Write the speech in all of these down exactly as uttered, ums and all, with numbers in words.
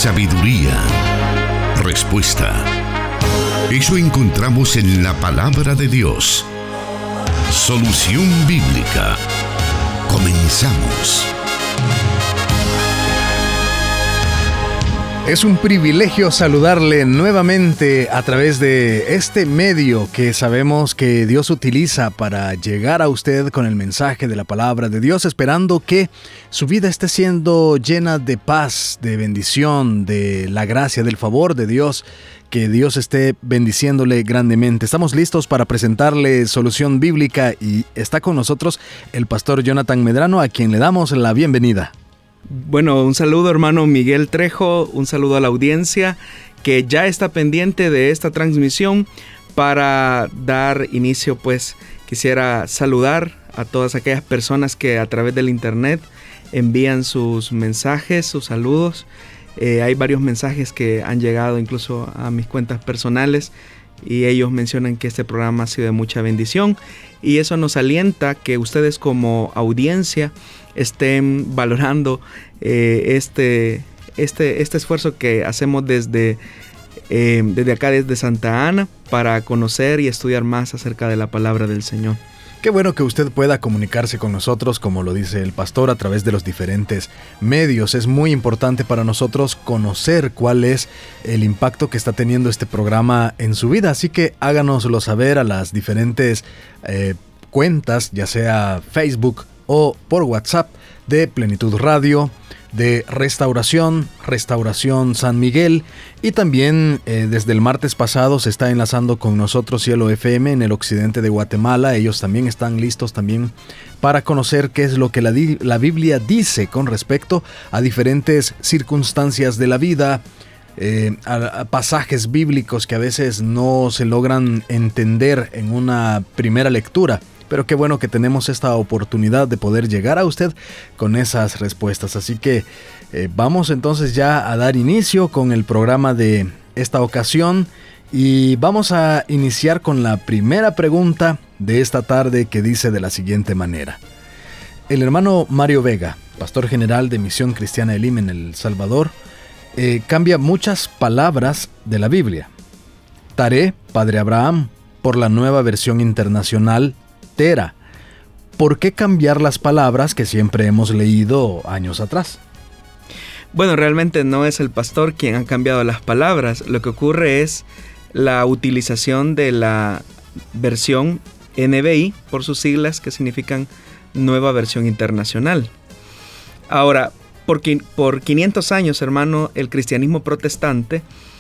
sabiduría, respuesta. Eso encontramos en la palabra de Dios. Solución Bíblica. Comenzamos. Es un privilegio saludarle nuevamente a través de este medio que sabemos que Dios utiliza para llegar a usted con el mensaje de la palabra de Dios, esperando que su vida esté siendo llena de paz, de bendición, de la gracia, del favor de Dios, que Dios esté bendiciéndole grandemente. Estamos listos para presentarle Solución Bíblica y está con nosotros el pastor Jonathan Medrano, a quien le damos la bienvenida. Bueno, un saludo hermano Miguel Trejo, un saludo a la audiencia que ya está pendiente de esta transmisión. Para dar inicio, pues quisiera saludar a todas aquellas personas que a través del internet envían sus mensajes, sus saludos. Eh, hay varios mensajes que han llegado incluso a mis cuentas personales y ellos mencionan que este programa ha sido de mucha bendición y eso nos alienta que ustedes como audiencia estén valorando eh, este, este, este esfuerzo que hacemos desde, eh, desde acá, desde Santa Ana, para conocer y estudiar más acerca de la palabra del Señor. Qué bueno que usted pueda comunicarse con nosotros, como lo dice el pastor, a través de los diferentes medios. Es muy importante para nosotros conocer cuál es el impacto que está teniendo este programa en su vida. Así que háganoslo saber a las diferentes eh, cuentas, ya sea Facebook o por WhatsApp, de Plenitud Radio, de Restauración, Restauración San Miguel, y también eh, desde el martes pasado se está enlazando con nosotros Cielo F M en el occidente de Guatemala. Ellos también están listos también para conocer qué es lo que la, di- la Biblia dice con respecto a diferentes circunstancias de la vida, eh, a, a pasajes bíblicos que a veces no se logran entender en una primera lectura. Pero qué bueno que tenemos esta oportunidad de poder llegar a usted con esas respuestas. Así que eh, vamos entonces ya a dar inicio con el programa de esta ocasión. Y vamos a iniciar con la primera pregunta de esta tarde, que dice de la siguiente manera. El hermano Mario Vega, pastor general de Misión Cristiana Elim en El Salvador, eh, cambia muchas palabras de la Biblia. Taré, Padre Abraham, por la Nueva Versión Internacional, Tera. ¿Por qué cambiar las palabras que siempre hemos leído años atrás? Bueno, realmente no es el pastor quien ha cambiado las palabras. Lo que ocurre es la utilización de la versión N B I, por sus siglas, que significan Nueva Versión Internacional. Ahora, por, por quinientos años, hermano, el cristianismo protestante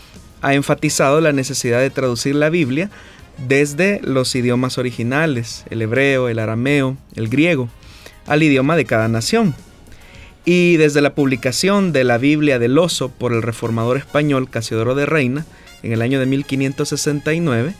ha enfatizado la necesidad de traducir la Biblia desde los idiomas originales, el hebreo, el arameo, el griego, al idioma de cada nación. Y desde la publicación de la Biblia del Oso por el reformador español Casiodoro de Reina en el año de mil quinientos sesenta y nueve,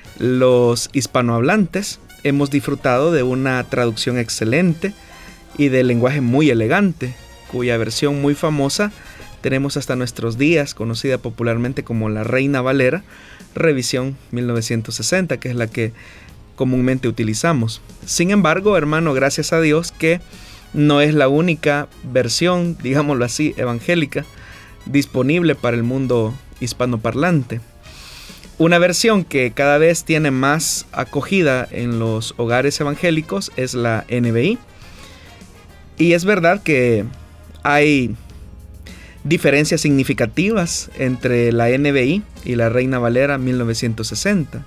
los hispanohablantes hemos disfrutado de una traducción excelente y de lenguaje muy elegante, cuya versión muy famosa tenemos hasta nuestros días, conocida popularmente como la Reina Valera, revisión mil novecientos sesenta, que es la que comúnmente utilizamos. Sin embargo, hermano, gracias a Dios que no es la única versión, digámoslo así, evangélica, disponible para el mundo hispanoparlante. Una versión que cada vez tiene más acogida en los hogares evangélicos es la N B I. Y es verdad que hay diferencias significativas entre la N B I y la Reina Valera mil novecientos sesenta.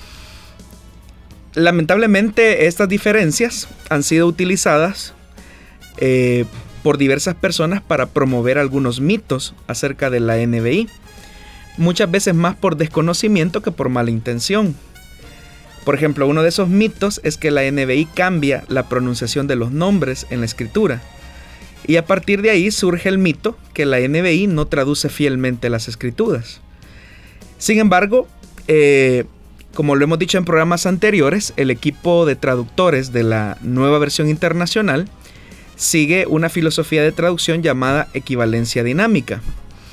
Lamentablemente, estas diferencias han sido utilizadas eh, por diversas personas para promover algunos mitos acerca de la N B I, muchas veces más por desconocimiento que por mala intención. Por ejemplo, uno de esos mitos es que la N B I cambia la pronunciación de los nombres en la escritura. Y a partir de ahí surge el mito que la N B I no traduce fielmente las escrituras. Sin embargo, eh, como lo hemos dicho en programas anteriores, el equipo de traductores de la Nueva Versión Internacional sigue una filosofía de traducción llamada equivalencia dinámica.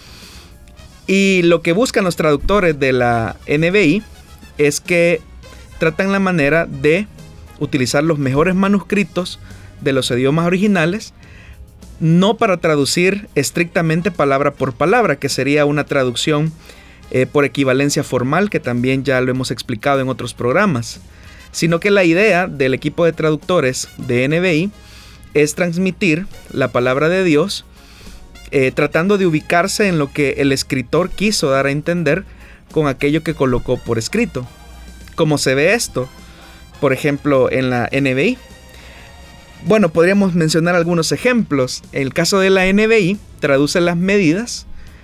Y lo que buscan los traductores de la N B I es que tratan la manera de utilizar los mejores manuscritos de los idiomas originales no para traducir estrictamente palabra por palabra, que sería una traducción eh, por equivalencia formal, que también ya lo hemos explicado en otros programas, sino que la idea del equipo de traductores de N B I es transmitir la palabra de Dios eh, tratando de ubicarse en lo que el escritor quiso dar a entender con aquello que colocó por escrito. ¿Cómo se ve esto? Por ejemplo, en la N B I. Bueno, podríamos mencionar algunos ejemplos. En el caso de la N B I, traduce las medidas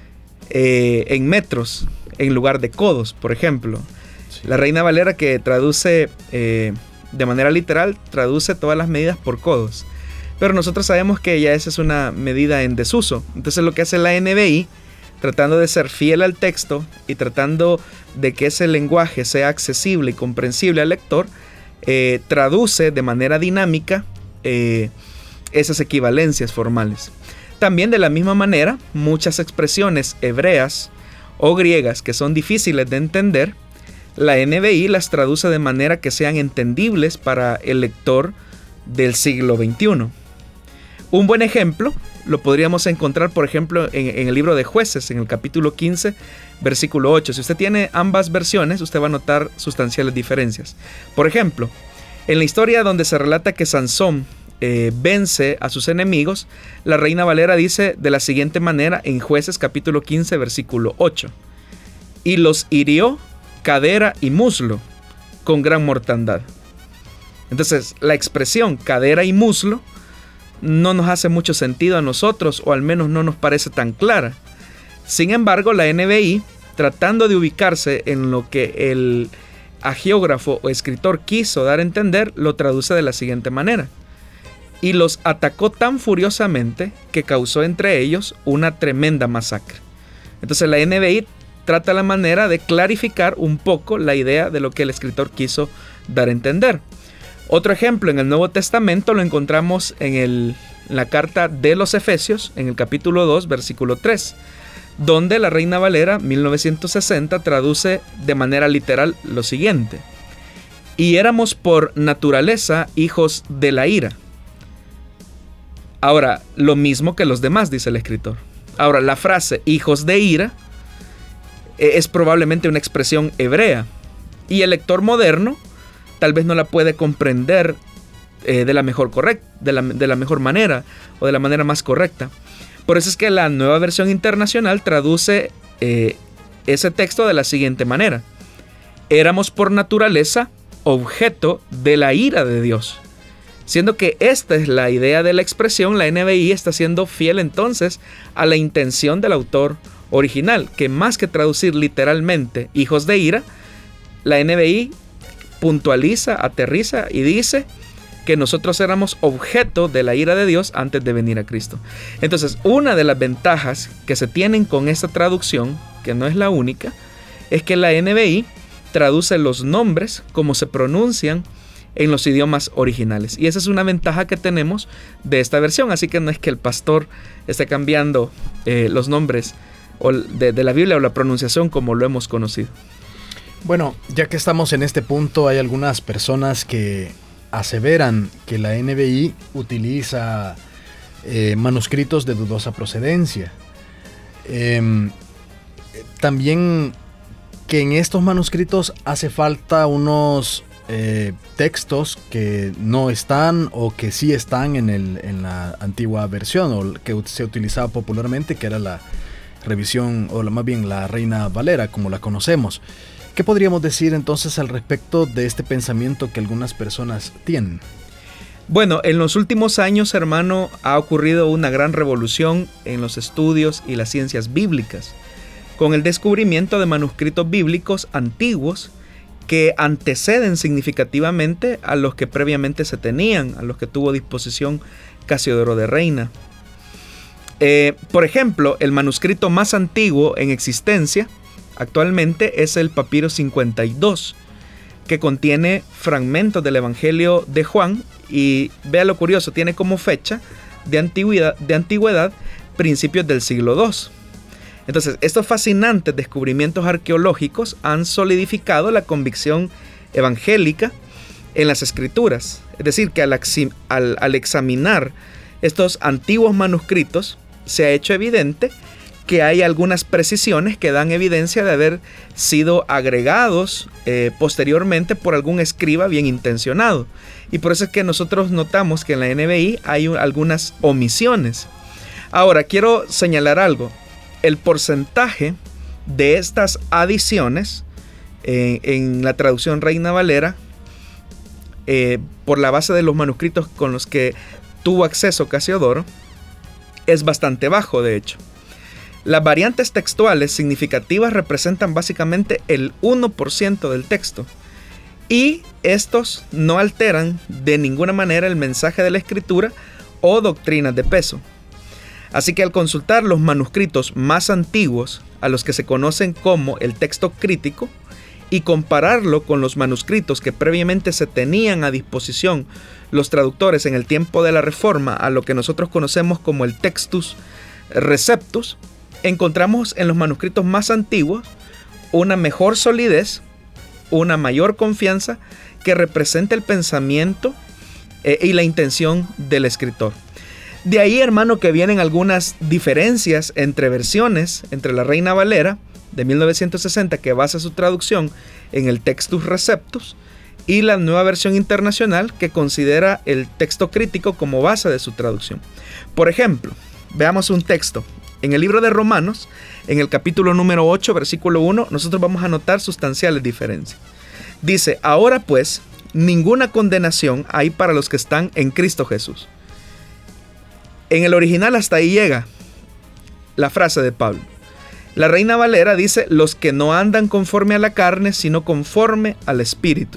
eh, en metros en lugar de codos, por ejemplo. Sí. La Reina Valera, que traduce eh, de manera literal, traduce todas las medidas por codos. Pero nosotros sabemos que ya esa es una medida en desuso. Entonces lo que hace la N B I, tratando de ser fiel al texto y tratando de que ese lenguaje sea accesible y comprensible al lector, eh, traduce de manera dinámica eh, esas equivalencias formales. También de la misma manera, muchas expresiones hebreas o griegas que son difíciles de entender, la N B I las traduce de manera que sean entendibles para el lector del siglo veintiuno. Un buen ejemplo lo podríamos encontrar, por ejemplo, en, en el libro de Jueces, en el capítulo quince, versículo ocho. Si usted tiene ambas versiones, usted va a notar sustanciales diferencias. Por ejemplo, en la historia donde se relata que Sansón eh, vence a sus enemigos, la Reina Valera dice de la siguiente manera en Jueces capítulo quince, versículo ocho. Y los hirió cadera y muslo con gran mortandad. Entonces, la expresión cadera y muslo no nos hace mucho sentido a nosotros, o al menos no nos parece tan clara. Sin embargo, la N B I, tratando de ubicarse en lo que el agiógrafo o escritor quiso dar a entender, lo traduce de la siguiente manera: y los atacó tan furiosamente que causó entre ellos una tremenda masacre. Entonces la N B I trata la manera de clarificar un poco la idea de lo que el escritor quiso dar a entender. Otro ejemplo en el Nuevo Testamento lo encontramos en, el, en la carta de los Efesios, en el capítulo dos, versículo tres, donde la Reina Valera mil novecientos sesenta traduce de manera literal lo siguiente: y éramos por naturaleza hijos de la ira. Ahora, lo mismo que los demás, dice el escritor. Ahora, la frase hijos de ira es probablemente una expresión hebrea, y el lector moderno tal vez no la puede comprender eh, de, la mejor correct, de, la, de la mejor manera o de la manera más correcta. Por eso es que la Nueva Versión Internacional traduce eh, ese texto de la siguiente manera: éramos por naturaleza objeto de la ira de Dios. Siendo que esta es la idea de la expresión, la N B I está siendo fiel entonces a la intención del autor original, que más que traducir literalmente hijos de ira, la N B I puntualiza, aterriza y dice que nosotros éramos objeto de la ira de Dios antes de venir a Cristo. Entonces, una de las ventajas que se tienen con esta traducción, que no es la única, es que la N B I traduce los nombres como se pronuncian en los idiomas originales. Y esa es una ventaja que tenemos de esta versión. Así que no es que el pastor esté cambiando eh, los nombres de, de la Biblia o la pronunciación como lo hemos conocido. Bueno, ya que estamos en este punto, hay algunas personas que aseveran que la N B I utiliza eh, manuscritos de dudosa procedencia. Eh, también que en estos manuscritos hace falta unos eh, textos que no están o que sí están en, el, en la antigua versión, o que se utilizaba popularmente, que era la revisión, o la, más bien la Reina Valera, como la conocemos. ¿Qué podríamos decir entonces al respecto de este pensamiento que algunas personas tienen? Bueno, en los últimos años, hermano, ha ocurrido una gran revolución en los estudios y las ciencias bíblicas, con el descubrimiento de manuscritos bíblicos antiguos que anteceden significativamente a los que previamente se tenían, a los que tuvo disposición Casiodoro de Reina. Eh, por ejemplo, el manuscrito más antiguo en existencia actualmente es el Papiro cincuenta y dos, que contiene fragmentos del Evangelio de Juan, y vea lo curioso, tiene como fecha de antigüedad, de antigüedad principios del siglo segundo. Entonces, estos fascinantes descubrimientos arqueológicos han solidificado la convicción evangélica en las Escrituras. Es decir, que al, al, al examinar estos antiguos manuscritos se ha hecho evidente que hay algunas precisiones que dan evidencia de haber sido agregados eh, posteriormente por algún escriba bien intencionado. Y por eso es que nosotros notamos que en la N B I hay un, algunas omisiones. Ahora, quiero señalar algo. El porcentaje de estas adiciones eh, en la traducción Reina Valera, eh, por la base de los manuscritos con los que tuvo acceso Casiodoro, es bastante bajo, de hecho. Las variantes textuales significativas representan básicamente el uno por ciento del texto, y estos no alteran de ninguna manera el mensaje de la escritura o doctrinas de peso. Así que al consultar los manuscritos más antiguos, a los que se conocen como el texto crítico, y compararlo con los manuscritos que previamente se tenían a disposición los traductores en el tiempo de la Reforma, a lo que nosotros conocemos como el Textus Receptus, encontramos en los manuscritos más antiguos una mejor solidez, una mayor confianza que representa el pensamiento eh, y la intención del escritor. De ahí, hermano, que vienen algunas diferencias entre versiones, entre la Reina Valera de mil novecientos sesenta, que basa su traducción en el Textus Receptus, y la nueva versión internacional, que considera el texto crítico como base de su traducción. Por ejemplo, veamos un texto. En el libro de Romanos, en el capítulo número ocho, versículo uno, nosotros vamos a notar sustanciales diferencias. Dice: ahora pues, ninguna condenación hay para los que están en Cristo Jesús. En el original hasta ahí llega la frase de Pablo. La Reina Valera dice: los que no andan conforme a la carne, sino conforme al Espíritu.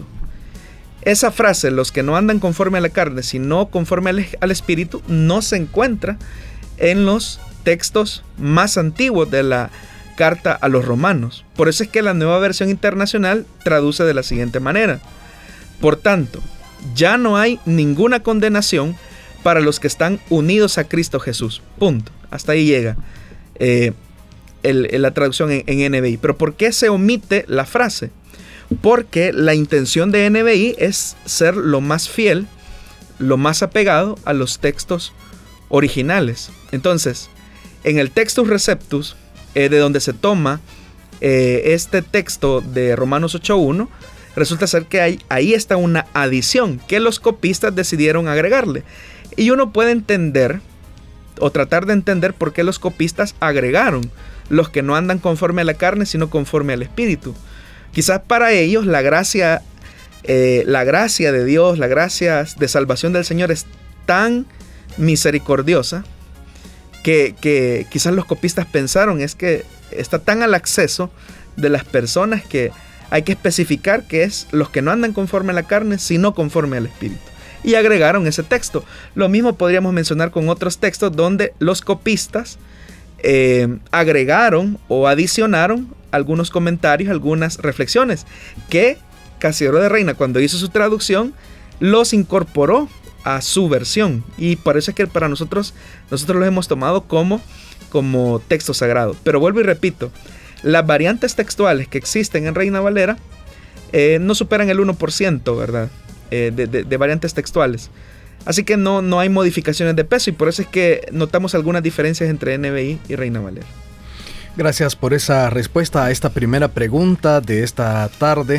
Esa frase, los que no andan conforme a la carne, sino conforme al, al Espíritu, no se encuentra en los textos más antiguos de la carta a los romanos. Por eso es que la nueva versión internacional traduce de la siguiente manera: por tanto, ya no hay ninguna condenación para los que están unidos a Cristo Jesús. Punto. Hasta ahí llega eh, el, el, la traducción en, en N B I. Pero ¿por qué se omite la frase? Porque la intención de N B I es ser lo más fiel, lo más apegado a los textos originales. Entonces, en el Textus Receptus, eh, de donde se toma eh, este texto de Romanos ocho uno, resulta ser que hay, ahí está una adición que los copistas decidieron agregarle. Y uno puede entender, o tratar de entender, por qué los copistas agregaron los que no andan conforme a la carne, sino conforme al Espíritu. Quizás para ellos la gracia, eh, la gracia de Dios, la gracia de salvación del Señor es tan misericordiosa, Que, que quizás los copistas pensaron es que está tan al acceso de las personas que hay que especificar que es los que no andan conforme a la carne, sino conforme al Espíritu. Y agregaron ese texto. Lo mismo podríamos mencionar con otros textos donde los copistas eh, agregaron o adicionaron algunos comentarios, algunas reflexiones, que Casiodoro de Reina, cuando hizo su traducción, los incorporó a su versión, y por eso es que para nosotros nosotros los hemos tomado como, como texto sagrado. Pero vuelvo y repito, las variantes textuales que existen en Reina Valera eh, no superan el uno por ciento, ¿verdad? Eh, de, de, de variantes textuales. Así que no, no hay modificaciones de peso, y por eso es que notamos algunas diferencias entre N B I y Reina Valera. Gracias por esa respuesta a esta primera pregunta de esta tarde,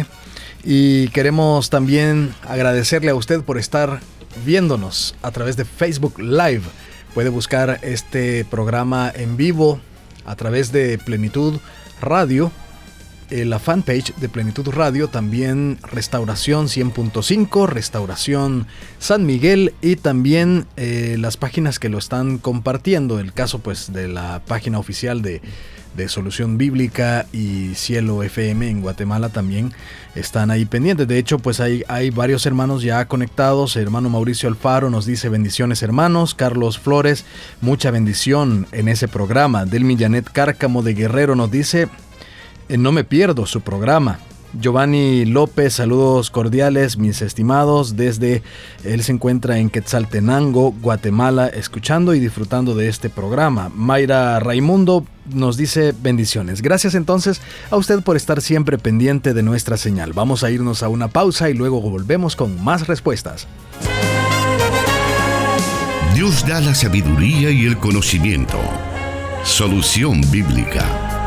y queremos también agradecerle a usted por estar viéndonos a través de Facebook Live. Puede buscar este programa en vivo a través de Plenitud Radio, eh, la fanpage de Plenitud Radio, también Restauración cien punto cinco, Restauración San Miguel, y también eh, las páginas que lo están compartiendo. El caso pues de la página oficial de de Solución Bíblica y Cielo F M en Guatemala también están ahí pendientes. De hecho, pues hay, hay varios hermanos ya conectados. El hermano Mauricio Alfaro nos dice: bendiciones, hermanos. Carlos Flores, mucha bendición en ese programa. Delmi Janet Cárcamo de Guerrero nos dice: no me pierdo su programa. Giovanni López, saludos cordiales, mis estimados, desde él se encuentra en Quetzaltenango, Guatemala, escuchando y disfrutando de este programa. Mayra Raimundo nos dice: bendiciones. Gracias entonces a usted por estar siempre pendiente de nuestra señal. Vamos a irnos a una pausa y luego volvemos con más respuestas. Dios da la sabiduría y el conocimiento. Solución Bíblica.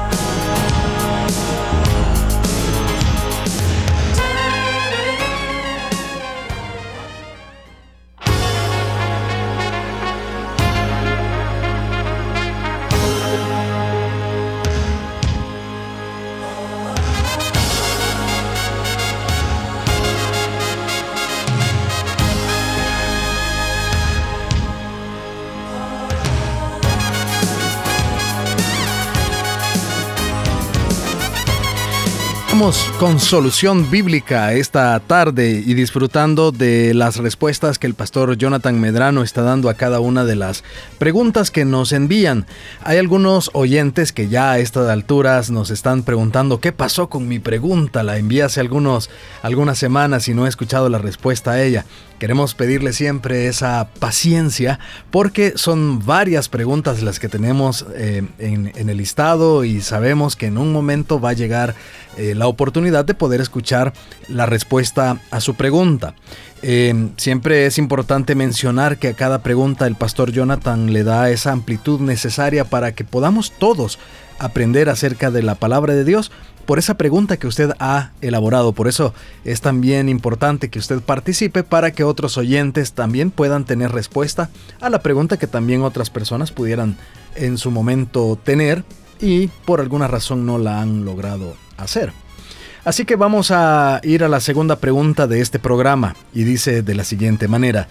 Con Solución Bíblica esta tarde y disfrutando de las respuestas que el pastor Jonathan Medrano está dando a cada una de las preguntas que nos envían. Hay algunos oyentes que ya a estas alturas nos están preguntando ¿qué pasó con mi pregunta? La envié hace algunos, algunas semanas y no he escuchado la respuesta a ella. Queremos pedirle siempre esa paciencia porque son varias preguntas las que tenemos eh, en, en el listado y sabemos que en un momento va a llegar eh, la oportunidad de poder escuchar la respuesta a su pregunta. Eh, siempre es importante mencionar que a cada pregunta el pastor Jonathan le da esa amplitud necesaria para que podamos todos aprender acerca de la palabra de Dios por esa pregunta que usted ha elaborado. Por eso es también importante que usted participe para que otros oyentes también puedan tener respuesta a la pregunta que también otras personas pudieran en su momento tener y por alguna razón no la han logrado hacer. Así que vamos a ir a la segunda pregunta de este programa y dice de la siguiente manera: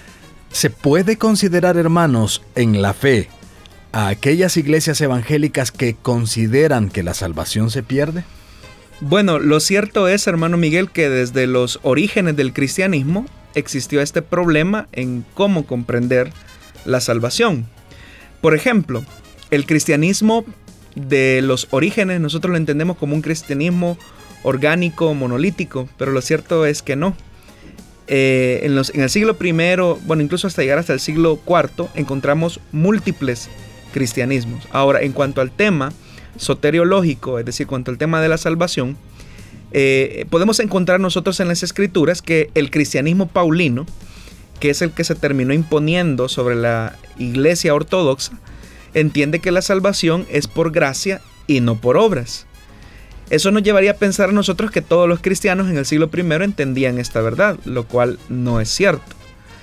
¿se puede considerar hermanos en la fe a aquellas iglesias evangélicas que consideran que la salvación se pierde? Bueno, lo cierto es, hermano Miguel, que desde los orígenes del cristianismo existió este problema en cómo comprender la salvación. Por ejemplo, el cristianismo de los orígenes nosotros lo entendemos como un cristianismo orgánico, monolítico, pero lo cierto es que no. Eh, en, los, en el siglo primero, bueno, incluso hasta llegar hasta el siglo cuarto, encontramos múltiples cristianismos. Ahora, en cuanto al tema soteriológico, es decir, en cuanto al tema de la salvación, eh, podemos encontrar nosotros en las escrituras que el cristianismo paulino, que es el que se terminó imponiendo sobre la iglesia ortodoxa, entiende que la salvación es por gracia y no por obras. Eso nos llevaría a pensar a nosotros que todos los cristianos en el siglo primero entendían esta verdad, lo cual no es cierto.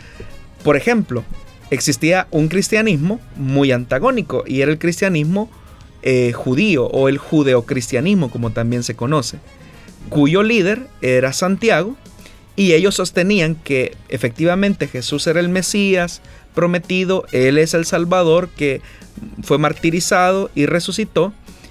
Por ejemplo, existía un cristianismo muy antagónico y era el cristianismo eh, judío o el judeocristianismo, como también se conoce, cuyo líder era Santiago, y ellos sostenían que efectivamente Jesús era el Mesías prometido, Él es el Salvador que fue martirizado y resucitó,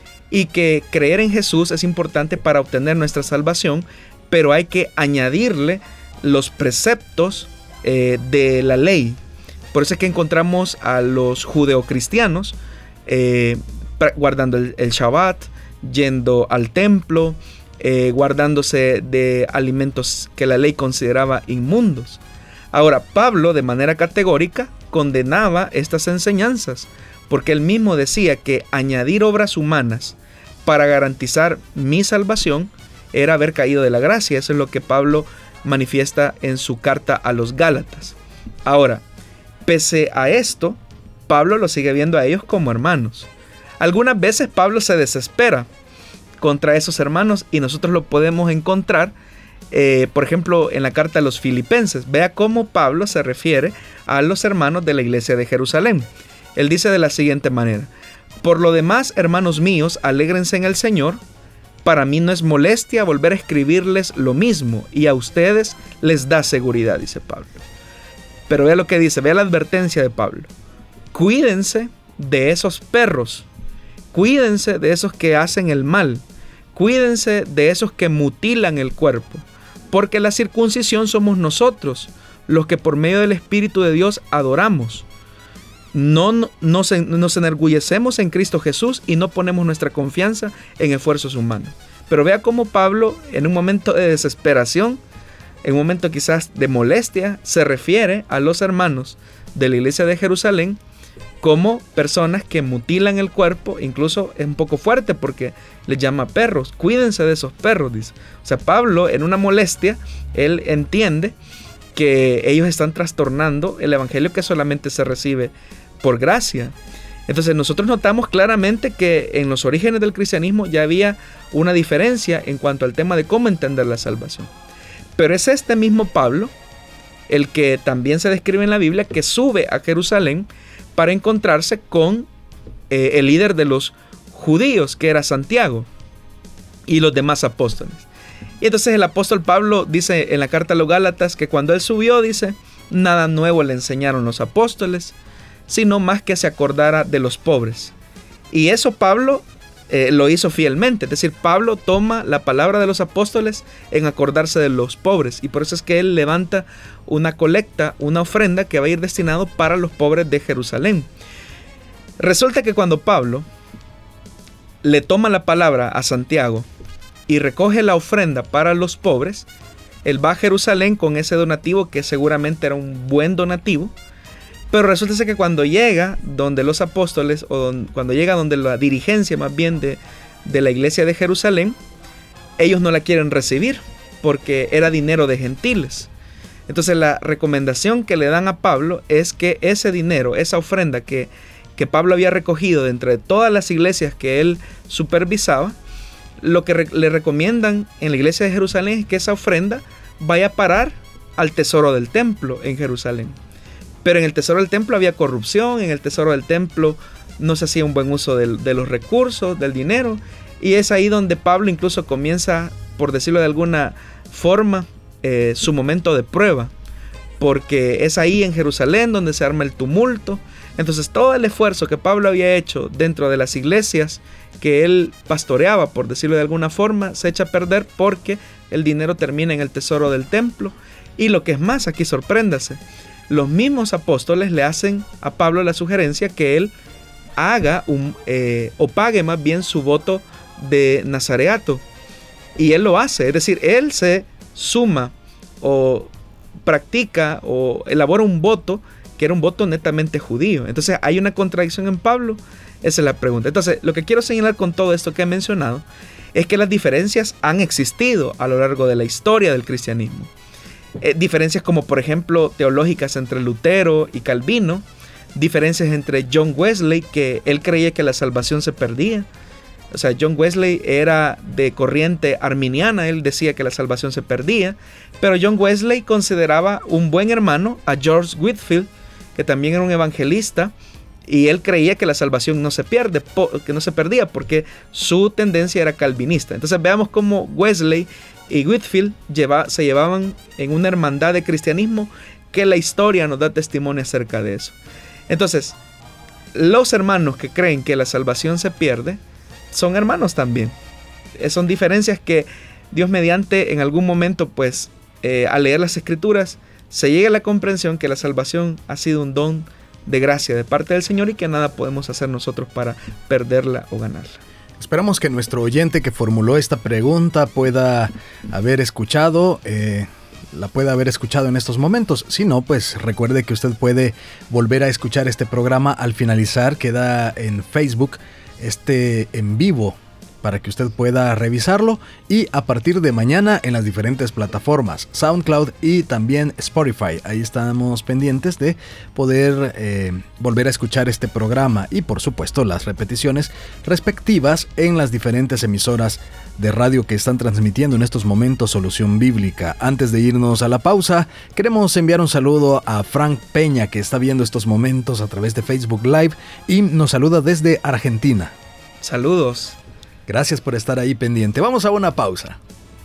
y que creer en Jesús es importante para obtener nuestra salvación, pero hay que añadirle los preceptos eh, de la ley. Por eso es que encontramos a los judeocristianos eh, guardando el, el Shabbat, yendo al templo, eh, guardándose de alimentos que la ley consideraba inmundos. Ahora, Pablo de manera categórica condenaba estas enseñanzas, porque él mismo decía que añadir obras humanas para garantizar mi salvación era haber caído de la gracia. Eso es lo que Pablo manifiesta en su carta a los Gálatas. Ahora, pese a esto, Pablo los sigue viendo a ellos como hermanos. Algunas veces Pablo se desespera contra esos hermanos y nosotros lo podemos encontrar, eh, por ejemplo, en la carta a los Filipenses. Vea cómo Pablo se refiere a los hermanos de la iglesia de Jerusalén. Él dice de la siguiente manera: por lo demás, hermanos míos, alégrense en el Señor. Para mí no es molestia volver a escribirles lo mismo, y a ustedes les da seguridad, dice Pablo. Pero vea lo que dice, vea la advertencia de Pablo. Cuídense de esos perros, cuídense de esos que hacen el mal, cuídense de esos que mutilan el cuerpo, porque la circuncisión somos nosotros, los que por medio del Espíritu de Dios adoramos. No nos, nos enorgullecemos en Cristo Jesús y no ponemos nuestra confianza en esfuerzos humanos. Pero vea cómo Pablo, en un momento de desesperación, en un momento quizás de molestia, se refiere a los hermanos de la iglesia de Jerusalén como personas que mutilan el cuerpo. Incluso es un poco fuerte porque les llama perros. Cuídense de esos perros, dice. O sea, Pablo, en una molestia, él entiende que ellos están trastornando el evangelio que solamente se recibe por gracia. Entonces nosotros notamos claramente que en los orígenes del cristianismo ya había una diferencia en cuanto al tema de cómo entender la salvación. Pero es este mismo Pablo el que también se describe en la Biblia, que sube a Jerusalén para encontrarse con eh, el líder de los judíos, que era Santiago, y los demás apóstoles. Y entonces el apóstol Pablo dice en la carta a los Gálatas que cuando él subió, dice, nada nuevo le enseñaron los apóstoles, sino más que se acordara de los pobres. Y eso Pablo eh, lo hizo fielmente. Es decir, Pablo toma la palabra de los apóstoles en acordarse de los pobres. Y por eso es que él levanta una colecta, una ofrenda que va a ir destinado para los pobres de Jerusalén. Resulta que cuando Pablo le toma la palabra a Santiago y recoge la ofrenda para los pobres, él va a Jerusalén con ese donativo que seguramente era un buen donativo. Pero resulta ser que cuando llega donde los apóstoles, o don, cuando llega donde la dirigencia más bien de, de la iglesia de Jerusalén, ellos no la quieren recibir porque era dinero de gentiles. Entonces la recomendación que le dan a Pablo es que ese dinero, esa ofrenda que, que Pablo había recogido de entre todas las iglesias que él supervisaba, lo que re, le recomiendan en la iglesia de Jerusalén es que esa ofrenda vaya a parar al tesoro del templo en Jerusalén. Pero en el tesoro del templo había corrupción, en el tesoro del templo no se hacía un buen uso de, de los recursos, del dinero. Y es ahí donde Pablo incluso comienza, por decirlo de alguna forma, eh, su momento de prueba. Porque es ahí en Jerusalén donde se arma el tumulto. Entonces todo el esfuerzo que Pablo había hecho dentro de las iglesias que él pastoreaba, por decirlo de alguna forma, se echa a perder porque el dinero termina en el tesoro del templo. Y lo que es más, aquí sorpréndase, los mismos apóstoles le hacen a Pablo la sugerencia que él haga un, eh, o pague más bien su voto de nazareato. Y él lo hace, es decir, él se suma o practica o elabora un voto que era un voto netamente judío. Entonces hay una contradicción en Pablo, esa es la pregunta. Entonces lo que quiero señalar con todo esto que he mencionado es que las diferencias han existido a lo largo de la historia del cristianismo. Eh, diferencias como por ejemplo teológicas entre Lutero y Calvino, diferencias entre John Wesley, que él creía que la salvación se perdía. O sea, John Wesley era de corriente arminiana, él decía que la salvación se perdía, pero John Wesley consideraba un buen hermano a George Whitefield, que también era un evangelista, y él creía que la salvación no se pierde, que no se perdía, porque su tendencia era calvinista. Entonces veamos cómo Wesley y Whitefield lleva, se llevaban en una hermandad de cristianismo, que la historia nos da testimonio acerca de eso. Entonces, los hermanos que creen que la salvación se pierde, son hermanos también. Son diferencias que Dios mediante en algún momento, pues, eh, al leer las escrituras, se llega a la comprensión que la salvación ha sido un don de gracia de parte del Señor y que nada podemos hacer nosotros para perderla o ganarla. Esperamos que nuestro oyente que formuló esta pregunta pueda haber escuchado, eh, la pueda haber escuchado en estos momentos. Si no, pues recuerde que usted puede volver a escuchar este programa al finalizar. Queda en Facebook este en vivo para que usted pueda revisarlo, y a partir de mañana en las diferentes plataformas SoundCloud y también Spotify. Ahí estamos pendientes de poder eh, volver a escuchar este programa y por supuesto las repeticiones respectivas en las diferentes emisoras de radio que están transmitiendo en estos momentos Solución Bíblica. Antes de irnos a la pausa, queremos enviar un saludo a Frank Peña, que está viendo estos momentos a través de Facebook Live y nos saluda desde Argentina. Saludos. Gracias por estar ahí pendiente. Vamos a una pausa.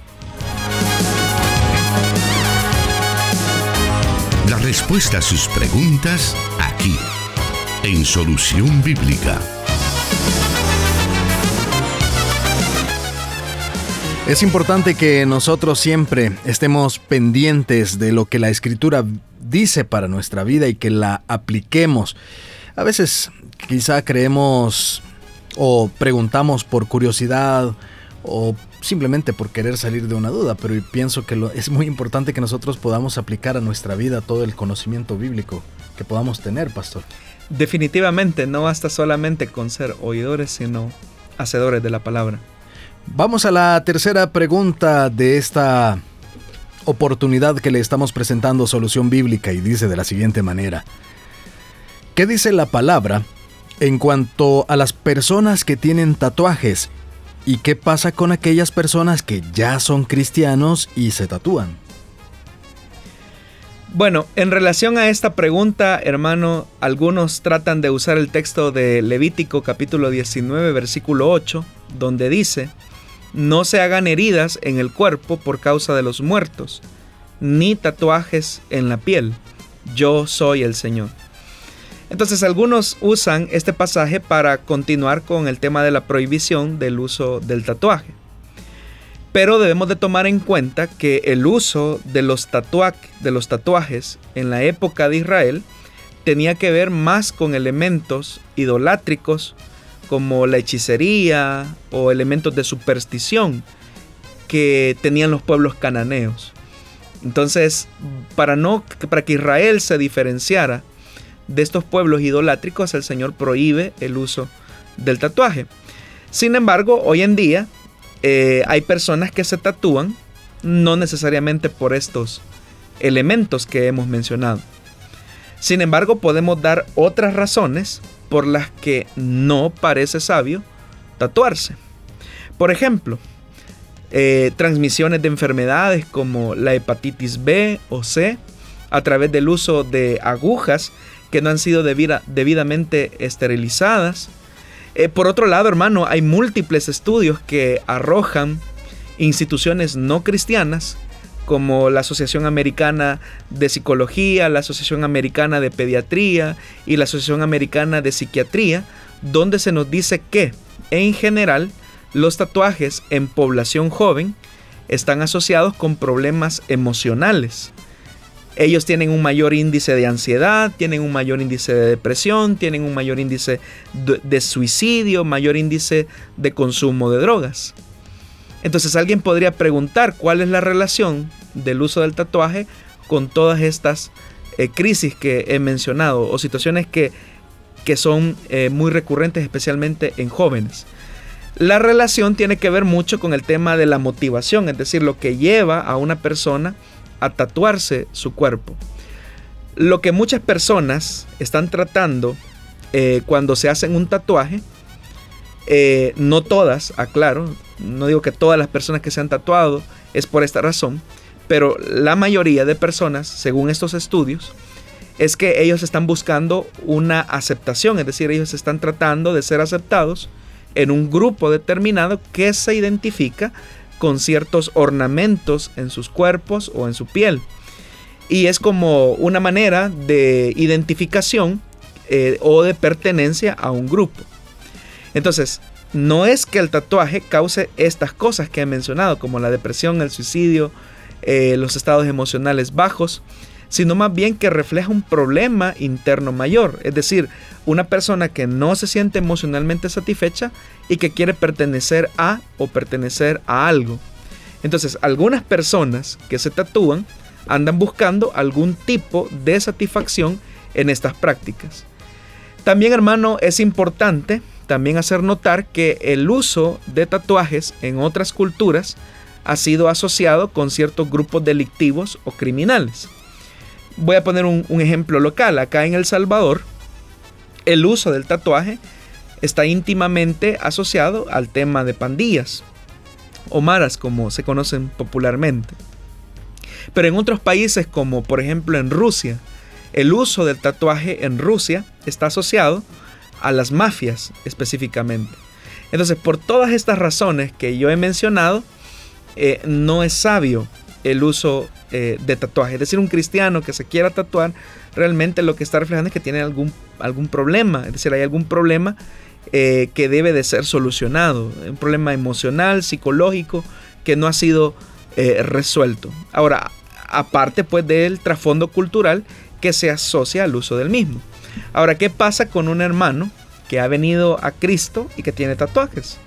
La respuesta a sus preguntas aquí, en Solución Bíblica. Es importante que nosotros siempre estemos pendientes de lo que la Escritura dice para nuestra vida y que la apliquemos. A veces quizá creemos o preguntamos por curiosidad o simplemente por querer salir de una duda, pero pienso que lo, es muy importante que nosotros podamos aplicar a nuestra vida todo el conocimiento bíblico que podamos tener, pastor. Definitivamente, no basta solamente con ser oidores, sino hacedores de la palabra. Vamos a la tercera pregunta de esta oportunidad que le estamos presentando Solución Bíblica y dice de la siguiente manera: ¿qué dice la palabra en cuanto a las personas que tienen tatuajes? ¿Y qué pasa con aquellas personas que ya son cristianos y se tatúan? Bueno, en relación a esta pregunta, hermano, algunos tratan de usar el texto de Levítico capítulo diecinueve, versículo ocho, donde dice: no se hagan heridas en el cuerpo por causa de los muertos, ni tatuajes en la piel. Yo soy el Señor. Entonces algunos usan este pasaje para continuar con el tema de la prohibición del uso del tatuaje. Pero debemos de tomar en cuenta que el uso de los, tatua- de los tatuajes en la época de Israel tenía que ver más con elementos idolátricos como la hechicería o elementos de superstición que tenían los pueblos cananeos. Entonces, para, no, para que Israel se diferenciara de estos pueblos idolátricos, el Señor prohíbe el uso del tatuaje. Sin embargo, hoy en día eh, hay personas que se tatúan no necesariamente por estos elementos que hemos mencionado. Sin embargo, podemos dar otras razones por las que no parece sabio tatuarse. Por ejemplo, eh, transmisiones de enfermedades como la hepatitis B o C a través del uso de agujas que no han sido debida, debidamente esterilizadas. Eh, por otro lado, hermano, hay múltiples estudios que arrojan instituciones no cristianas como la Asociación Americana de Psicología, la Asociación Americana de Pediatría y la Asociación Americana de Psiquiatría, donde se nos dice que, en general, los tatuajes en población joven están asociados con problemas emocionales. Ellos tienen un mayor índice de ansiedad, tienen un mayor índice de depresión, tienen un mayor índice de, de suicidio, mayor índice de consumo de drogas. Entonces alguien podría preguntar cuál es la relación del uso del tatuaje con todas estas eh, crisis que he mencionado o situaciones que, que son eh, muy recurrentes, especialmente en jóvenes. La relación tiene que ver mucho con el tema de la motivación, es decir, lo que lleva a una persona a tatuarse su cuerpo. Lo que muchas personas están tratando eh, cuando se hacen un tatuaje, eh, no todas, aclaro, no digo que todas las personas que se han tatuado es por esta razón, pero la mayoría de personas, según estos estudios, es que ellos están buscando una aceptación, es decir, ellos están tratando de ser aceptados en un grupo determinado que se identifica con ciertos ornamentos en sus cuerpos o en su piel. Y es como una manera de identificación eh, o de pertenencia a un grupo. Entonces, no es que el tatuaje cause estas cosas que he mencionado, como la depresión, el suicidio, eh, los estados emocionales bajos, sino más bien que refleja un problema interno mayor, es decir, una persona que no se siente emocionalmente satisfecha y que quiere pertenecer a o pertenecer a algo. Entonces, algunas personas que se tatúan andan buscando algún tipo de satisfacción en estas prácticas. También, hermano, es importante también hacer notar que el uso de tatuajes en otras culturas ha sido asociado con ciertos grupos delictivos o criminales. Voy a poner un, un ejemplo local. Acá en El Salvador, el uso del tatuaje está íntimamente asociado al tema de pandillas o maras, como se conocen popularmente. Pero en otros países, como por ejemplo en Rusia, el uso del tatuaje en Rusia está asociado a las mafias específicamente. Entonces, por todas estas razones que yo he mencionado, eh, no es sabio el uso eh, de tatuaje. Es decir, un cristiano que se quiera tatuar, realmente lo que está reflejando es que tiene algún, algún problema. Es decir, hay algún problema eh, que debe de ser solucionado. Un problema emocional, psicológico, que no ha sido eh, resuelto. Ahora, aparte pues del trasfondo cultural que se asocia al uso del mismo. Ahora, ¿qué pasa con un hermano que ha venido a Cristo y que tiene tatuajes?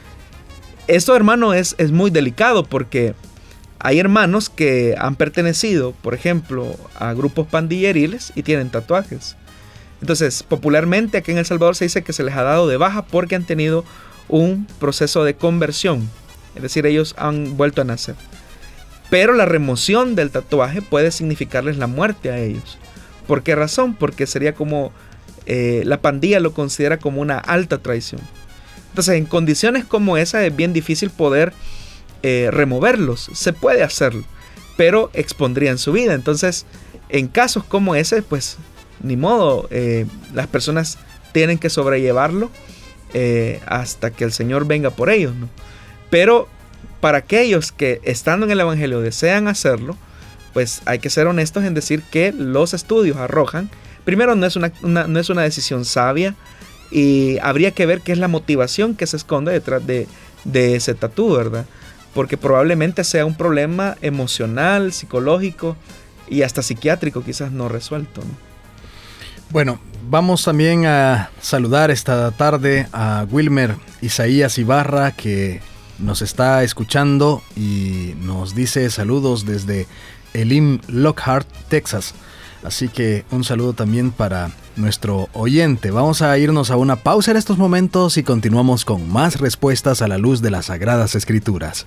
Esto, hermano, es, es muy delicado porque hay hermanos que han pertenecido, por ejemplo, a grupos pandilleriles y tienen tatuajes. Entonces, popularmente aquí en El Salvador se dice que se les ha dado de baja porque han tenido un proceso de conversión. Es decir, ellos han vuelto a nacer. Pero la remoción del tatuaje puede significarles la muerte a ellos. ¿Por qué razón? Porque sería como, eh, la pandilla lo considera como una alta traición. Entonces, en condiciones como esa es bien difícil poder eh, removerlos. Se puede hacerlo, pero expondrían su vida. Entonces, en casos como ese, pues, ni modo, eh, las personas tienen que sobrellevarlo eh, hasta que el Señor venga por ellos, ¿no? Pero para aquellos que estando en el Evangelio desean hacerlo, pues hay que ser honestos en decir que los estudios arrojan, primero no es una, una, no es una decisión sabia, y habría que ver qué es la motivación que se esconde detrás de, de ese tatú, ¿verdad? Porque probablemente sea un problema emocional, psicológico y hasta psiquiátrico quizás no resuelto, ¿no? Bueno, vamos también a saludar esta tarde a Wilmer Isaías Ibarra, que nos está escuchando y nos dice saludos desde Elim Lockhart, Texas. Así que un saludo también para nuestro oyente. Vamos a irnos a una pausa en estos momentos y continuamos con más respuestas a la luz de las Sagradas Escrituras.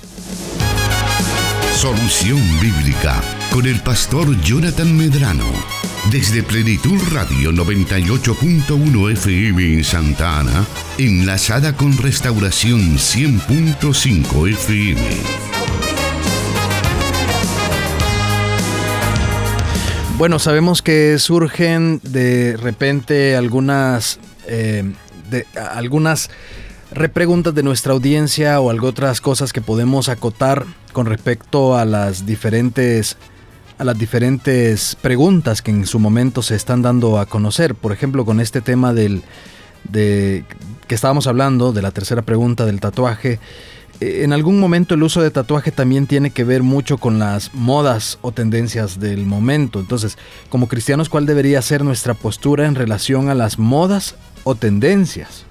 Solución Bíblica con el pastor Jonathan Medrano. Desde Plenitud Radio noventa y ocho punto uno F M en Santa Ana, enlazada con Restauración cien punto cinco F M. Bueno, sabemos que surgen de repente algunas, eh, de, algunas repreguntas de nuestra audiencia o algo otras cosas que podemos acotar con respecto a las diferentes a las diferentes preguntas que en su momento se están dando a conocer. Por ejemplo, con este tema del de que estábamos hablando de la tercera pregunta del tatuaje. En algún momento el uso de tatuaje también tiene que ver mucho con las modas o tendencias del momento. Entonces, como cristianos, ¿cuál debería ser nuestra postura en relación a las modas o tendencias?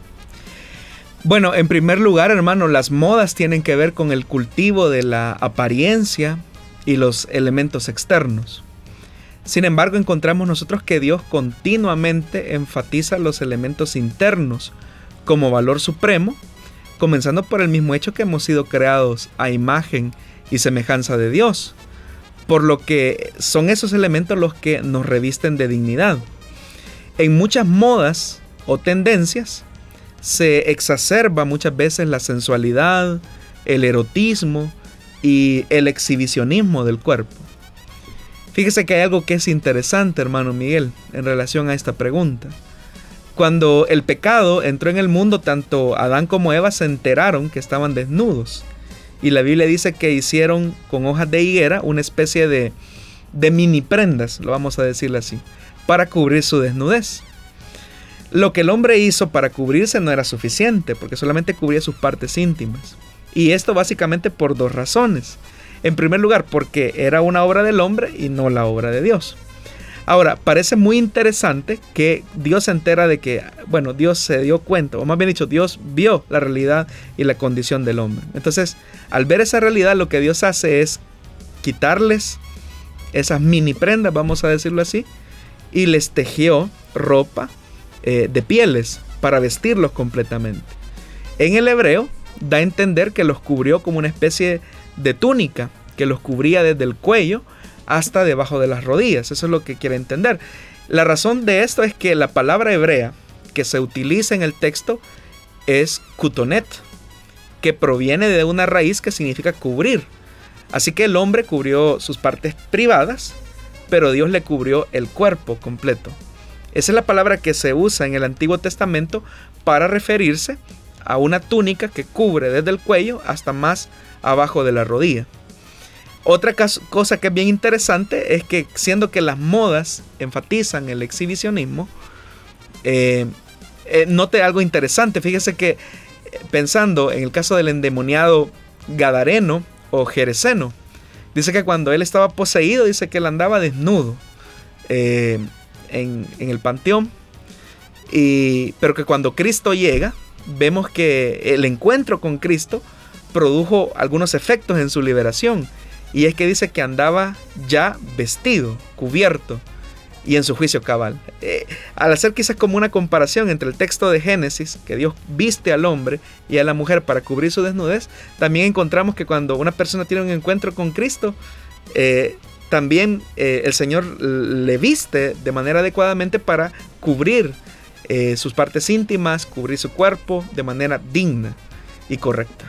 Bueno, en primer lugar, hermano, las modas tienen que ver con el cultivo de la apariencia y los elementos externos. Sin embargo, encontramos nosotros que Dios continuamente enfatiza los elementos internos como valor supremo, comenzando por el mismo hecho que hemos sido creados a imagen y semejanza de Dios, por lo que son esos elementos los que nos revisten de dignidad. En muchas modas o tendencias se exacerba muchas veces la sensualidad, el erotismo y el exhibicionismo del cuerpo. Fíjese que hay algo que es interesante, hermano Miguel, en relación a esta pregunta. Cuando el pecado entró en el mundo, tanto Adán como Eva se enteraron que estaban desnudos. Y la Biblia dice que hicieron con hojas de higuera una especie de, de mini prendas, lo vamos a decirle así, para cubrir su desnudez. Lo que el hombre hizo para cubrirse no era suficiente, porque solamente cubría sus partes íntimas. Y esto básicamente por dos razones. En primer lugar, porque era una obra del hombre y no la obra de Dios. Ahora, parece muy interesante que Dios se entera de que, bueno, Dios se dio cuenta, o más bien dicho, Dios vio la realidad y la condición del hombre. Entonces, al ver esa realidad, lo que Dios hace es quitarles esas mini prendas, vamos a decirlo así, y les tejió ropa eh, de pieles para vestirlos completamente. En el hebreo, da a entender que los cubrió como una especie de túnica, que los cubría desde el cuello hasta debajo de las rodillas. Eso es lo que quiere entender. La razón de esto es que la palabra hebrea que se utiliza en el texto es kutonet, que proviene de una raíz que significa cubrir. Así que el hombre cubrió sus partes privadas, pero Dios le cubrió el cuerpo completo. Esa es la palabra que se usa en el Antiguo Testamento para referirse a una túnica que cubre desde el cuello hasta más abajo de la rodilla. Otra cosa que es bien interesante es que, siendo que las modas enfatizan el exhibicionismo, eh, eh, note algo interesante. Fíjese que, eh, pensando en el caso del endemoniado Gadareno o Gereseno, dice que cuando él estaba poseído, dice que él andaba desnudo eh, en, en el panteón, y, pero que cuando Cristo llega, vemos que el encuentro con Cristo produjo algunos efectos en su liberación. Y es que dice que andaba ya vestido, cubierto. y en su juicio cabal. Eh, al hacer quizás como una comparación entre el texto de Génesis, que Dios viste al hombre y a la mujer para cubrir su desnudez, también encontramos que cuando una persona tiene un encuentro con Cristo, eh, también eh, el Señor le viste de manera adecuadamente para cubrir eh, sus partes íntimas, cubrir su cuerpo de manera digna y correcta.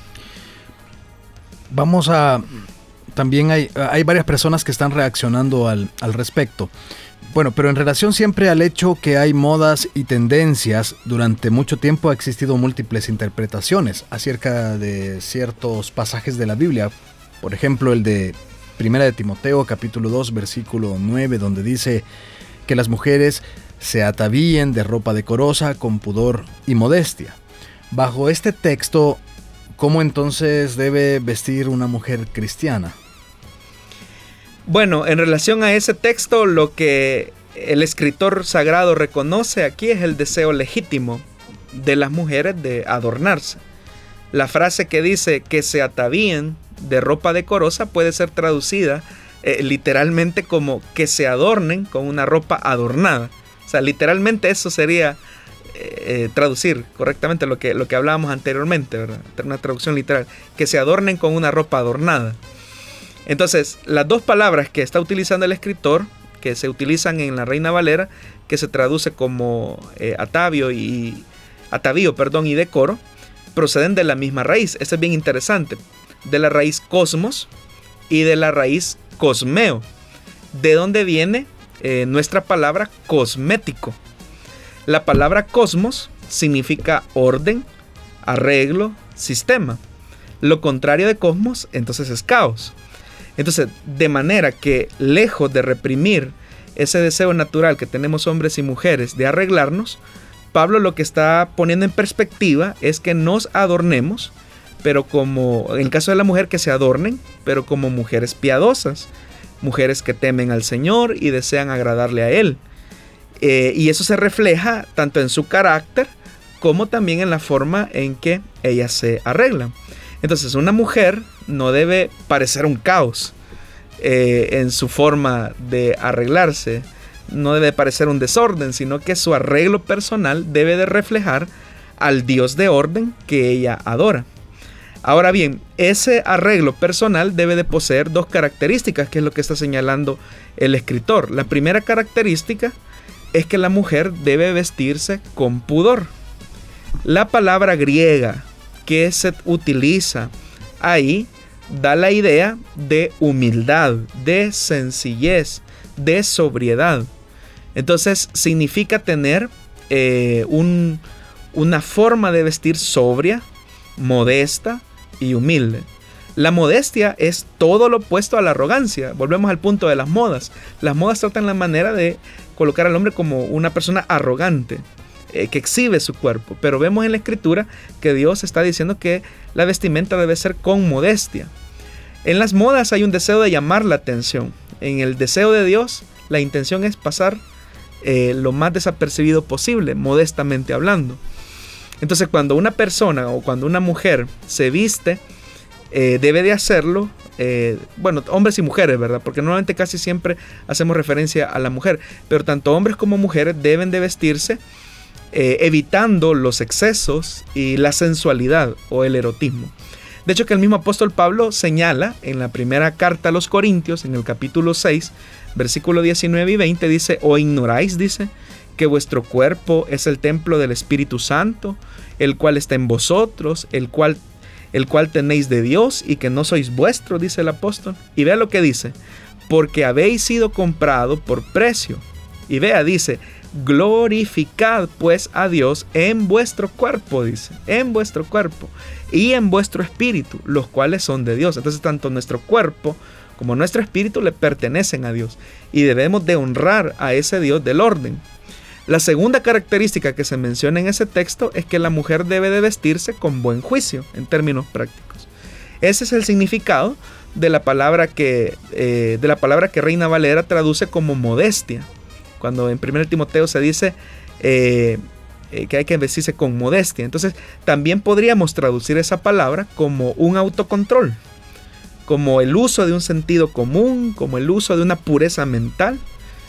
Vamos a... También hay, hay varias personas que están reaccionando al, al respecto. Bueno, pero en relación siempre al hecho que hay modas y tendencias, durante mucho tiempo ha existido múltiples interpretaciones acerca de ciertos pasajes de la Biblia. Por ejemplo, el de Primera de Timoteo, capítulo dos, versículo nueve, donde dice que las mujeres se atavíen de ropa decorosa, con pudor y modestia. Bajo este texto, ¿cómo entonces debe vestir una mujer cristiana? Bueno, en relación a ese texto, lo que el escritor sagrado reconoce aquí es el deseo legítimo de las mujeres de adornarse. La frase que dice que se atavíen de ropa decorosa puede ser traducida eh, literalmente como que se adornen con una ropa adornada. O sea, literalmente eso sería eh, traducir correctamente lo que, lo que hablábamos anteriormente, ¿verdad? Una traducción literal, que se adornen con una ropa adornada. Entonces, las dos palabras que está utilizando el escritor, que se utilizan en la Reina Valera, que se traduce como eh, atavio y atavío, perdón, y decoro, proceden de la misma raíz. Eso es bien interesante, de la raíz cosmos y de la raíz cosmeo, de donde viene eh, nuestra palabra cosmético. La palabra cosmos significa orden, arreglo, sistema. Lo contrario de cosmos, entonces, es caos. Entonces, de manera que lejos de reprimir ese deseo natural que tenemos hombres y mujeres de arreglarnos, Pablo lo que está poniendo en perspectiva es que nos adornemos, pero como, en el caso de la mujer, que se adornen, pero como mujeres piadosas, mujeres que temen al Señor y desean agradarle a Él. Eh, y eso se refleja tanto en su carácter como también en la forma en que ellas se arreglan. Entonces, una mujer no debe parecer un caos eh, en su forma de arreglarse, no debe parecer un desorden, sino que su arreglo personal debe de reflejar al Dios de orden que ella adora. Ahora bien, ese arreglo personal debe de poseer dos características, que es lo que está señalando el escritor. La primera característica es que la mujer debe vestirse con pudor. La palabra griega que se utiliza ahí da la idea de humildad, de sencillez, de sobriedad. Entonces significa tener eh, un, una forma de vestir sobria, modesta y humilde. La modestia es todo lo opuesto a la arrogancia. Volvemos al punto de las modas. Las modas tratan la manera de colocar al hombre como una persona arrogante, eh, que exhibe su cuerpo. Pero vemos en la Escritura que Dios está diciendo que la vestimenta debe ser con modestia. En las modas hay un deseo de llamar la atención. En el deseo de Dios, la intención es pasar eh, lo más desapercibido posible, modestamente hablando. Entonces, cuando una persona o cuando una mujer se viste, eh, debe de hacerlo, eh, bueno, hombres y mujeres, ¿verdad? Porque normalmente casi siempre hacemos referencia a la mujer, pero tanto hombres como mujeres deben de vestirse eh, evitando los excesos y la sensualidad o el erotismo. De hecho, que el mismo apóstol Pablo señala en la primera carta a los Corintios, en el capítulo seis, versículo diecinueve y veinte, dice: ¿O ignoráis, dice, que vuestro cuerpo es el templo del Espíritu Santo, el cual está en vosotros, el cual, el cual tenéis de Dios, y que no sois vuestros, dice el apóstol? Y vea lo que dice: porque habéis sido comprado por precio. Y vea, dice: glorificad pues a Dios en vuestro cuerpo, dice, en vuestro cuerpo y en vuestro espíritu, los cuales son de Dios. Entonces, tanto nuestro cuerpo como nuestro espíritu le pertenecen a Dios y debemos de honrar a ese Dios del orden. La segunda característica que se menciona en ese texto es que la mujer debe de vestirse con buen juicio, en términos prácticos. Ese es el significado de la palabra que, eh, de la palabra que Reina Valera traduce como modestia. Cuando en primera de Timoteo se dice eh, eh, que hay que vestirse con modestia. Entonces, también podríamos traducir esa palabra como un autocontrol, como el uso de un sentido común, como el uso de una pureza mental.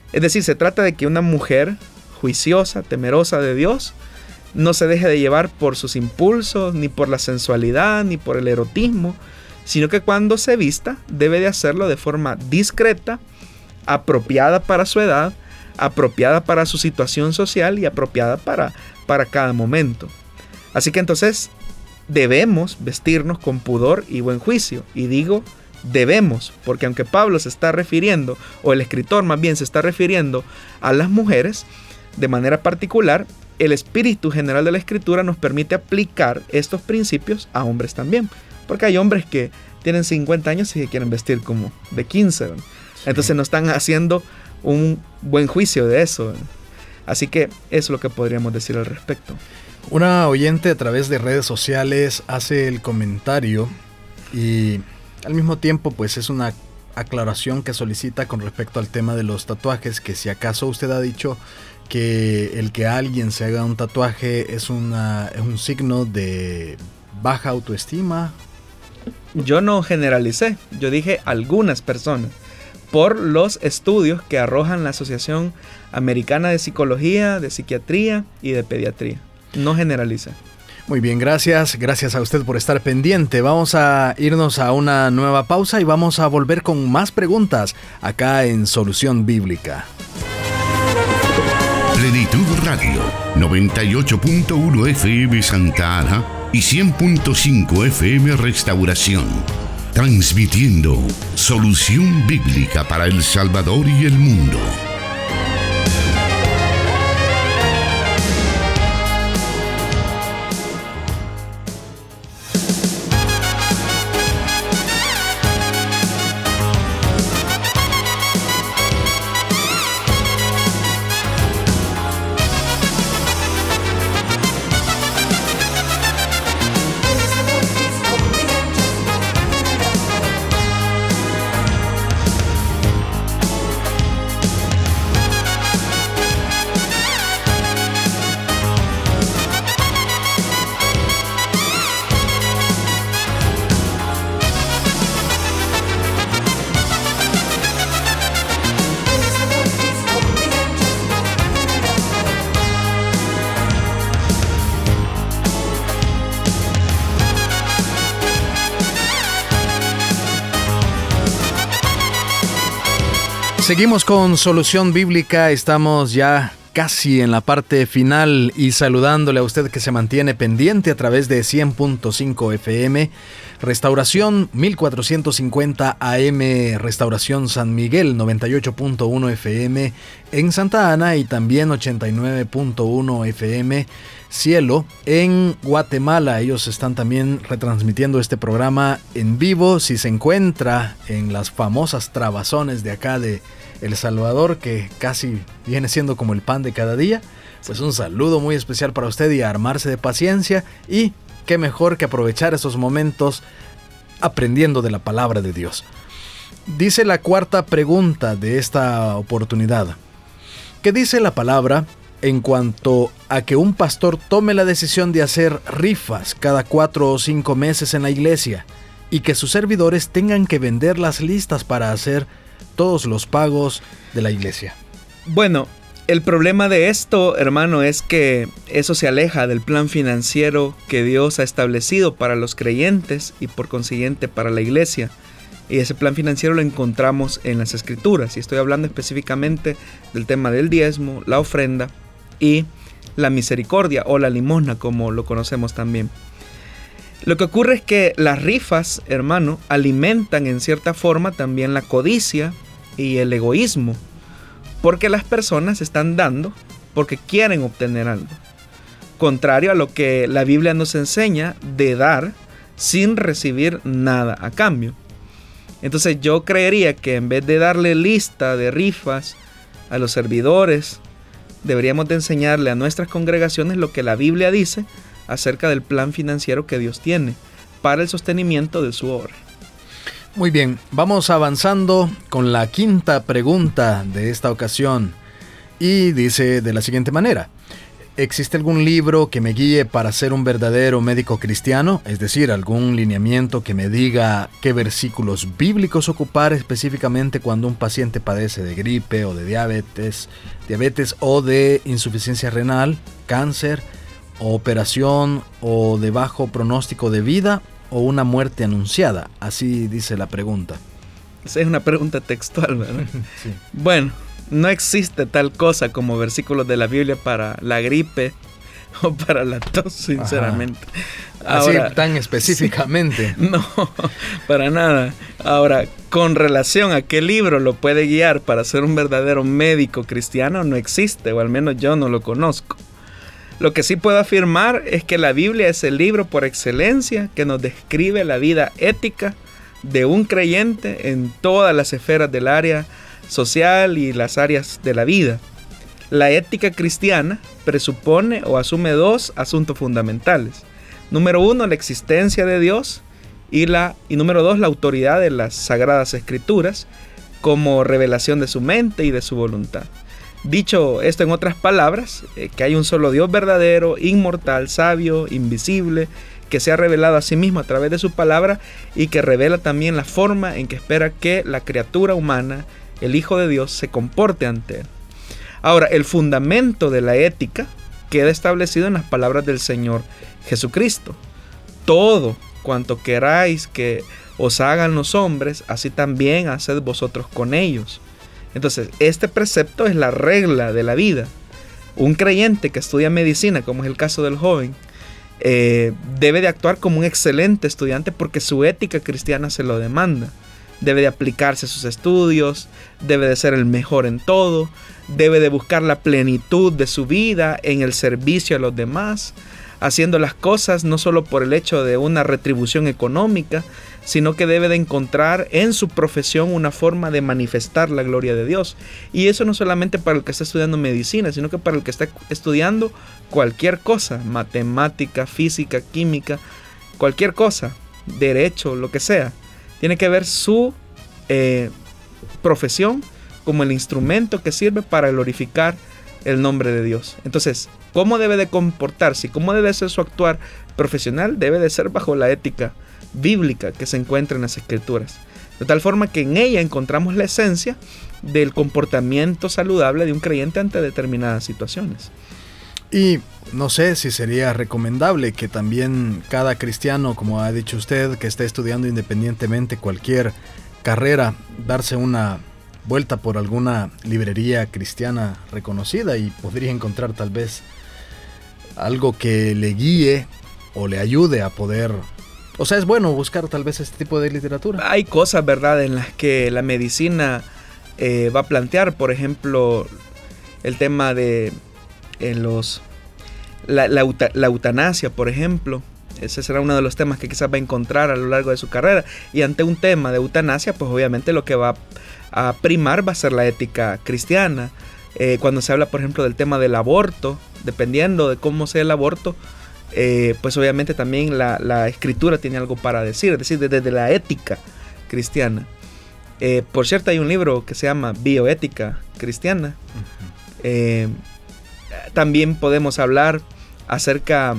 Es decir, se trata de que una mujer juiciosa, temerosa de Dios, no se deje de llevar por sus impulsos, ni por la sensualidad, ni por el erotismo, sino que cuando se vista debe de hacerlo de forma discreta, apropiada para su edad, apropiada para su situación social y apropiada para, para cada momento. Así que entonces debemos vestirnos con pudor y buen juicio. Y digo debemos, porque aunque Pablo se está refiriendo, o el escritor más bien se está refiriendo a las mujeres, de manera particular, el espíritu general de la escritura nos permite aplicar estos principios a hombres también. Porque hay hombres que tienen cincuenta años y que quieren vestir como de quince. ¿no? Sí. Entonces no están haciendo un buen juicio de eso. ¿no? Así que eso es lo que podríamos decir al respecto. Una oyente a través de redes sociales hace el comentario y al mismo tiempo pues es una aclaración que solicita con respecto al tema de los tatuajes, que si acaso usted ha dicho que el que alguien se haga un tatuaje es, una, es un signo de baja autoestima. Yo no generalicé, yo dije algunas personas, por los estudios que arrojan la Asociación Americana de Psicología, de Psiquiatría y de Pediatría. No generalice. Muy bien, gracias. Gracias a usted por estar pendiente. Vamos a irnos a una nueva pausa y vamos a volver con más preguntas acá en Solución Bíblica. Plenitud Radio, noventa y ocho punto uno F M Santa Ana y cien punto cinco F M Restauración. Transmitiendo Solución Bíblica para El Salvador y el mundo. Seguimos con Solución Bíblica, estamos ya casi en la parte final y saludándole a usted que se mantiene pendiente a través de cien punto cinco F M, Restauración mil cuatrocientos cincuenta A M, Restauración San Miguel noventa y ocho punto uno F M en Santa Ana y también ochenta y nueve punto uno F M Cielo en Guatemala. Ellos están también retransmitiendo este programa en vivo. Si se encuentra en las famosas trabazones de acá de El Salvador, que casi viene siendo como el pan de cada día, pues un saludo muy especial para usted y a armarse de paciencia, y qué mejor que aprovechar esos momentos aprendiendo de la palabra de Dios. Dice la cuarta pregunta de esta oportunidad: ¿qué dice la palabra en cuanto a que un pastor tome la decisión de hacer rifas cada cuatro o cinco meses en la iglesia y que sus servidores tengan que vender las listas para hacer todos los pagos de la iglesia? Bueno, el problema de esto, hermano, es que eso se aleja del plan financiero que Dios ha establecido para los creyentes y por consiguiente para la iglesia. Y ese plan financiero lo encontramos en las Escrituras. Y estoy hablando específicamente del tema del diezmo, la ofrenda y la misericordia o la limosna, como lo conocemos también. Lo que ocurre es que las rifas, hermano, alimentan en cierta forma también la codicia y el egoísmo, porque las personas están dando porque quieren obtener algo, contrario a lo que la Biblia nos enseña de dar sin recibir nada a cambio. Entonces yo creería que en vez de darle lista de rifas a los servidores, deberíamos de enseñarle a nuestras congregaciones lo que la Biblia dice acerca del plan financiero que Dios tiene para el sostenimiento de su obra. Muy bien, vamos avanzando con la quinta pregunta de esta ocasión, y dice de la siguiente manera: ¿existe algún libro que me guíe para ser un verdadero médico cristiano? Es decir, algún lineamiento que me diga qué versículos bíblicos ocupar específicamente cuando un paciente padece de gripe o de diabetes, diabetes o de insuficiencia renal, cáncer, o operación o de bajo pronóstico de vida o una muerte anunciada. Así dice la pregunta. Esa es una pregunta textual, ¿verdad? Sí. Bueno, no existe tal cosa como versículos de la Biblia para la gripe o para la tos, sinceramente. Así Ahora, tan específicamente. No, para nada. Ahora, con relación a qué libro lo puede guiar para ser un verdadero médico cristiano, no existe, o al menos yo no lo conozco. Lo que sí puedo afirmar es que la Biblia es el libro por excelencia que nos describe la vida ética de un creyente en todas las esferas del área social y las áreas de la vida. La ética cristiana presupone o asume dos asuntos fundamentales. Número uno, la existencia de Dios y, la, y número dos, la autoridad de las Sagradas Escrituras como revelación de su mente y de su voluntad. Dicho esto en otras palabras, eh, que hay un solo Dios verdadero, inmortal, sabio, invisible, que se ha revelado a sí mismo a través de su palabra y que revela también la forma en que espera que la criatura humana, el Hijo de Dios, se comporte ante él. Ahora, el fundamento de la ética queda establecido en las palabras del Señor Jesucristo. Todo cuanto queráis que os hagan los hombres, así también haced vosotros con ellos. Entonces, este precepto es la regla de la vida. Un creyente que estudia medicina, como es el caso del joven, eh, debe de actuar como un excelente estudiante porque su ética cristiana se lo demanda. Debe de aplicarse a sus estudios, debe de ser el mejor en todo, debe de buscar la plenitud de su vida en el servicio a los demás, haciendo las cosas no solo por el hecho de una retribución económica, sino que debe de encontrar en su profesión una forma de manifestar la gloria de Dios. Y eso no solamente para el que está estudiando medicina, sino que para el que está estudiando cualquier cosa, matemática, física, química, cualquier cosa, derecho, lo que sea. Tiene que ver su eh, profesión como el instrumento que sirve para glorificar el nombre de Dios. Entonces, ¿cómo debe de comportarse y cómo debe ser su actuar profesional? Debe de ser bajo la ética bíblica que se encuentra en las Escrituras. De tal forma que en ella encontramos la esencia del comportamiento saludable de un creyente ante determinadas situaciones. Y no sé si sería recomendable que también cada cristiano, como ha dicho usted, que esté estudiando independientemente cualquier carrera, darse una vuelta por alguna librería cristiana reconocida y podría encontrar tal vez algo que le guíe o le ayude a poder... O sea, es bueno buscar tal vez este tipo de literatura. Hay cosas, ¿verdad?, en las que la medicina eh, va a plantear, por ejemplo, el tema de eh, los la, la, la eutanasia, por ejemplo. Ese será uno de los temas que quizás va a encontrar a lo largo de su carrera. Y ante un tema de eutanasia, pues obviamente lo que va a primar va a ser la ética cristiana. Eh, cuando se habla, por ejemplo, del tema del aborto, dependiendo de cómo sea el aborto, eh, pues obviamente también la, la escritura tiene algo para decir, es decir, desde, desde la ética cristiana. Eh, por cierto, hay un libro que se llama Bioética Cristiana. Uh-huh. Eh, también podemos hablar acerca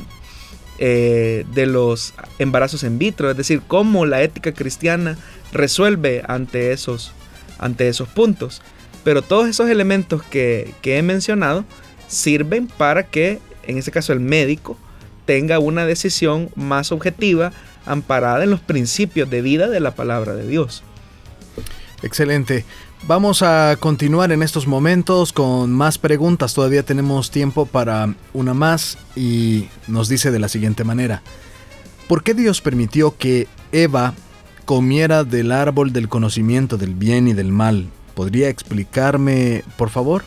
eh, de los embarazos in vitro, es decir, cómo la ética cristiana resuelve ante esos, ante esos puntos. Pero todos esos elementos que, que he mencionado sirven para que, en este caso, el médico tenga una decisión más objetiva, amparada en los principios de vida de la palabra de Dios. Excelente. Vamos a continuar en estos momentos con más preguntas. Todavía tenemos tiempo para una más y nos dice de la siguiente manera: ¿por qué Dios permitió que Eva comiera del árbol del conocimiento del bien y del mal? ¿Podría explicarme, por favor?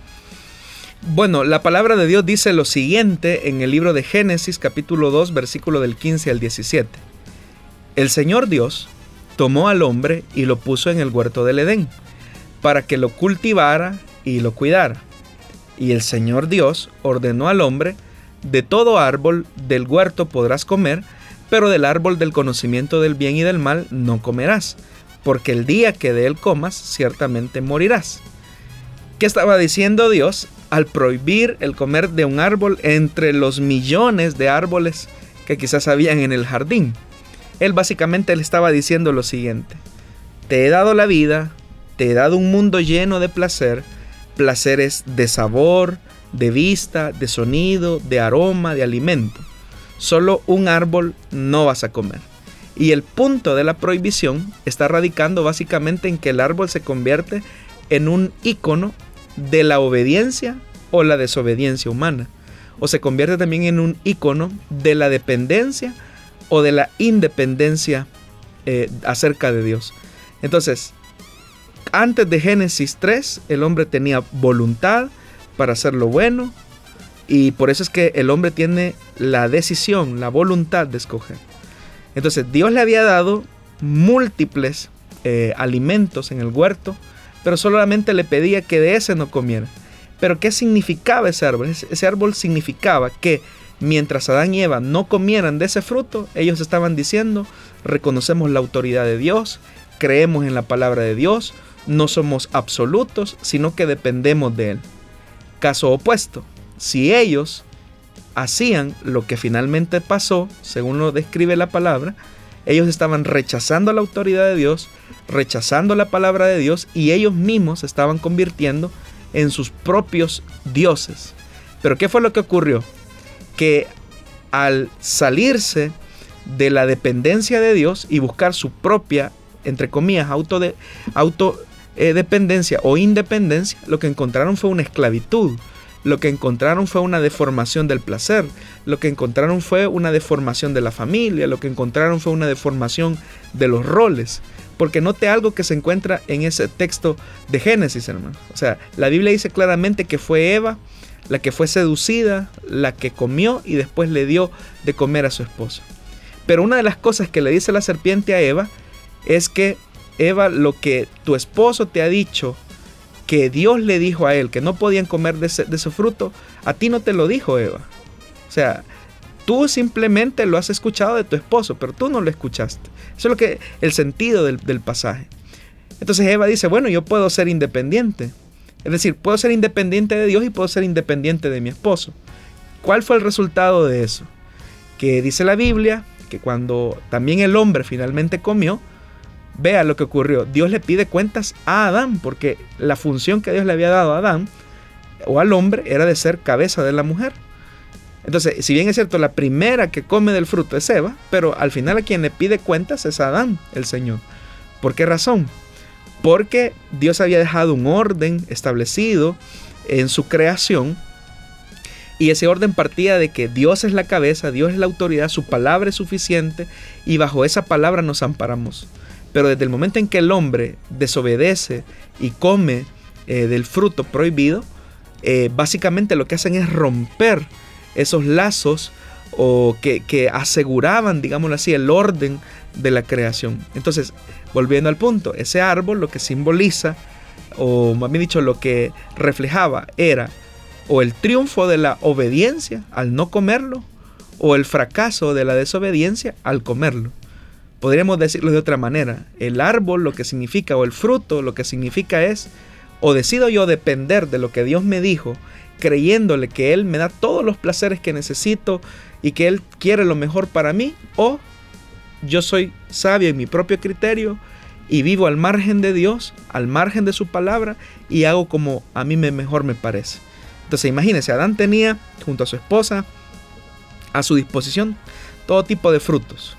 Bueno, la palabra de Dios dice lo siguiente en el libro de Génesis, capítulo dos, versículo del quince al diecisiete. El Señor Dios tomó al hombre y lo puso en el huerto del Edén, para que lo cultivara y lo cuidara. Y el Señor Dios ordenó al hombre: de todo árbol del huerto podrás comer, pero del árbol del conocimiento del bien y del mal no comerás, porque el día que de él comas, ciertamente morirás. ¿Qué estaba diciendo Dios? al prohibir el comer de un árbol entre los millones de árboles que quizás habían en el jardín. Él básicamente le estaba diciendo lo siguiente: te he dado la vida, te he dado un mundo lleno de placer, placeres de sabor, de vista, de sonido, de aroma, de alimento. Solo un árbol no vas a comer. Y el punto de la prohibición está radicando básicamente en que el árbol se convierte en un ícono de la obediencia o la desobediencia humana. O se convierte también en un ícono de la dependencia o de la independencia eh, acerca de Dios. Entonces, antes de Génesis tres, el hombre tenía voluntad para hacer lo bueno, y por eso es que el hombre tiene la decisión, la voluntad de escoger. Entonces, Dios le había dado múltiples eh, alimentos en el huerto, pero solamente le pedía que de ese no comiera. Pero ¿qué significaba ese árbol? Ese árbol significaba que mientras Adán y Eva no comieran de ese fruto, ellos estaban diciendo: reconocemos la autoridad de Dios, creemos en la palabra de Dios, no somos absolutos, sino que dependemos de Él. Caso opuesto, si ellos hacían lo que finalmente pasó, según lo describe la palabra, ellos estaban rechazando la autoridad de Dios, rechazando la palabra de Dios, y ellos mismos se estaban convirtiendo en sus propios dioses. Pero ¿qué fue lo que ocurrió? Que al salirse de la dependencia de Dios y buscar su propia, entre comillas, auto de, auto eh, dependencia o independencia, lo que encontraron fue una esclavitud. Lo que encontraron fue una deformación del placer. Lo que encontraron fue una deformación de la familia. Lo que encontraron fue una deformación de los roles. Porque note algo que se encuentra en ese texto de Génesis, hermano. O sea, la Biblia dice claramente que fue Eva la que fue seducida, la que comió y después le dio de comer a su esposo. Pero una de las cosas que le dice la serpiente a Eva es que: Eva, lo que tu esposo te ha dicho, que Dios le dijo a él que no podían comer de ese, de ese fruto, a ti no te lo dijo Eva. O sea, tú simplemente lo has escuchado de tu esposo, pero tú no lo escuchaste. Eso es lo que, el sentido del, del pasaje. Entonces Eva dice: bueno, yo puedo ser independiente. Es decir, puedo ser independiente de Dios y puedo ser independiente de mi esposo. ¿Cuál fue el resultado de eso? Que dice la Biblia que cuando también el hombre finalmente comió, vea lo que ocurrió. Dios le pide cuentas a Adán, porque la función que Dios le había dado a Adán o al hombre era de ser cabeza de la mujer. Entonces, si bien es cierto, la primera que come del fruto es Eva, pero al final a quien le pide cuentas es Adán, el Señor. ¿Por qué razón? Porque Dios había dejado un orden establecido en su creación, y ese orden partía de que Dios es la cabeza, Dios es la autoridad, su palabra es suficiente, y bajo esa palabra nos amparamos. Pero desde el momento en que el hombre desobedece y come eh, del fruto prohibido, eh, básicamente lo que hacen es romper esos lazos o que, que aseguraban, digámoslo así, el orden de la creación. Entonces, volviendo al punto, ese árbol lo que simboliza, o más bien dicho, lo que reflejaba era o el triunfo de la obediencia al no comerlo, o el fracaso de la desobediencia al comerlo. Podríamos decirlo de otra manera: el árbol lo que significa, o el fruto lo que significa es: o decido yo depender de lo que Dios me dijo, creyéndole que Él me da todos los placeres que necesito y que Él quiere lo mejor para mí, o yo soy sabio en mi propio criterio y vivo al margen de Dios, al margen de su palabra, y hago como a mí me mejor me parece. Entonces imagínense, Adán tenía junto a su esposa a su disposición todo tipo de frutos,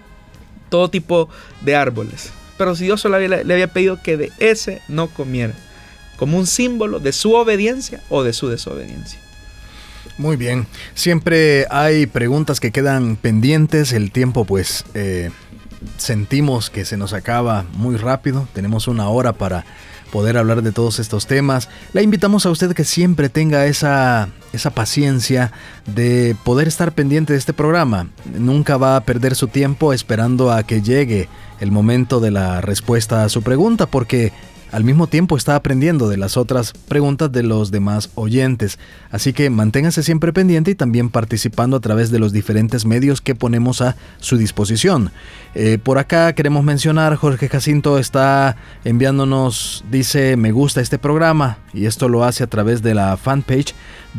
todo tipo de árboles, pero si Dios solo le había pedido que de ese no comiera, como un símbolo de su obediencia o de su desobediencia. Muy bien, siempre hay preguntas que quedan pendientes, el tiempo pues eh, sentimos que se nos acaba muy rápido, tenemos una hora para poder hablar de todos estos temas. Le invitamos a usted que siempre tenga esa, esa paciencia de poder estar pendiente de este programa. Nunca va a perder su tiempo esperando a que llegue el momento de la respuesta a su pregunta, porque al mismo tiempo está aprendiendo de las otras preguntas de los demás oyentes. Así que manténgase siempre pendiente y también participando a través de los diferentes medios que ponemos a su disposición. Eh, por acá queremos mencionar, Jorge Jacinto está enviándonos, dice, me gusta este programa, y esto lo hace a través de la fanpage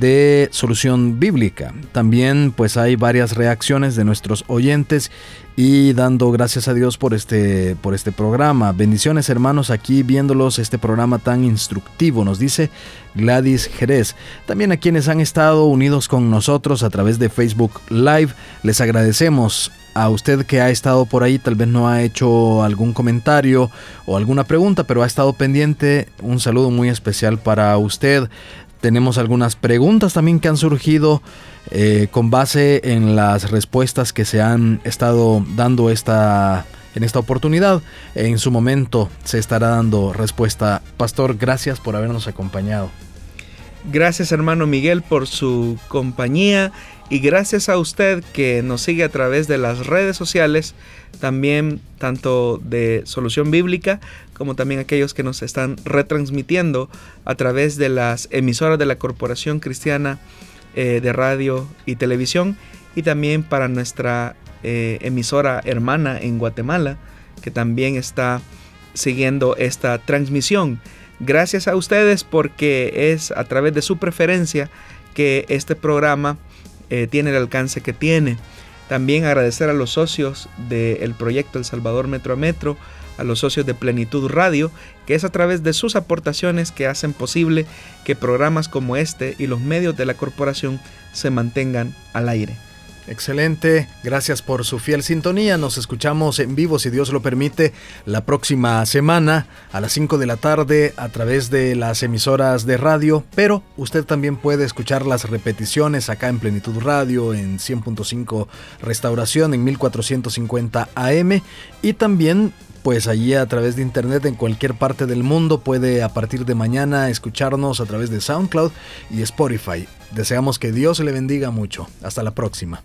de Solución Bíblica. También pues hay varias reacciones de nuestros oyentes y dando gracias a Dios por este, por este programa. Bendiciones, hermanos, aquí viéndolos este programa tan instructivo, nos dice Gladys Jerez. También a quienes han estado unidos con nosotros a través de Facebook Live, les agradecemos. A usted que ha estado por ahí, tal vez no ha hecho algún comentario o alguna pregunta, pero ha estado pendiente, un saludo muy especial para usted. Tenemos algunas preguntas también que han surgido eh, con base en las respuestas que se han estado dando esta, en esta oportunidad. En su momento se estará dando respuesta. Pastor, gracias por habernos acompañado. Gracias, hermano Miguel, por su compañía, y gracias a usted que nos sigue a través de las redes sociales, también tanto de Solución Bíblica como también aquellos que nos están retransmitiendo a través de las emisoras de la Corporación Cristiana eh, de Radio y Televisión, y también para nuestra eh, emisora hermana en Guatemala, que también está siguiendo esta transmisión. Gracias a ustedes, porque es a través de su preferencia que este programa eh, tiene el alcance que tiene. También agradecer a los socios del proyecto El Salvador Metro a Metro, a los socios de Plenitud Radio, que es a través de sus aportaciones que hacen posible que programas como este y los medios de la corporación se mantengan al aire. Excelente, gracias por su fiel sintonía. Nos escuchamos en vivo, si Dios lo permite, la próxima semana a las cinco de la tarde a través de las emisoras de radio, pero usted también puede escuchar las repeticiones acá en Plenitud Radio, en cien punto cinco Restauración, en mil cuatrocientos cincuenta A M, y también pues allí a través de internet en cualquier parte del mundo puede a partir de mañana escucharnos a través de SoundCloud y Spotify. Deseamos que Dios le bendiga mucho. Hasta la próxima.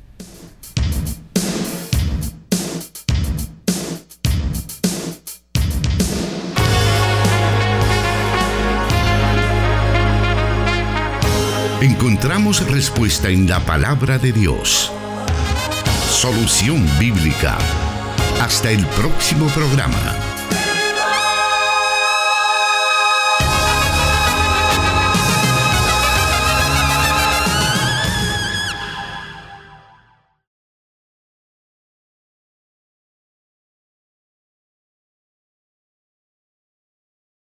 Encontramos respuesta en la palabra de Dios. Solución Bíblica. Hasta el próximo programa.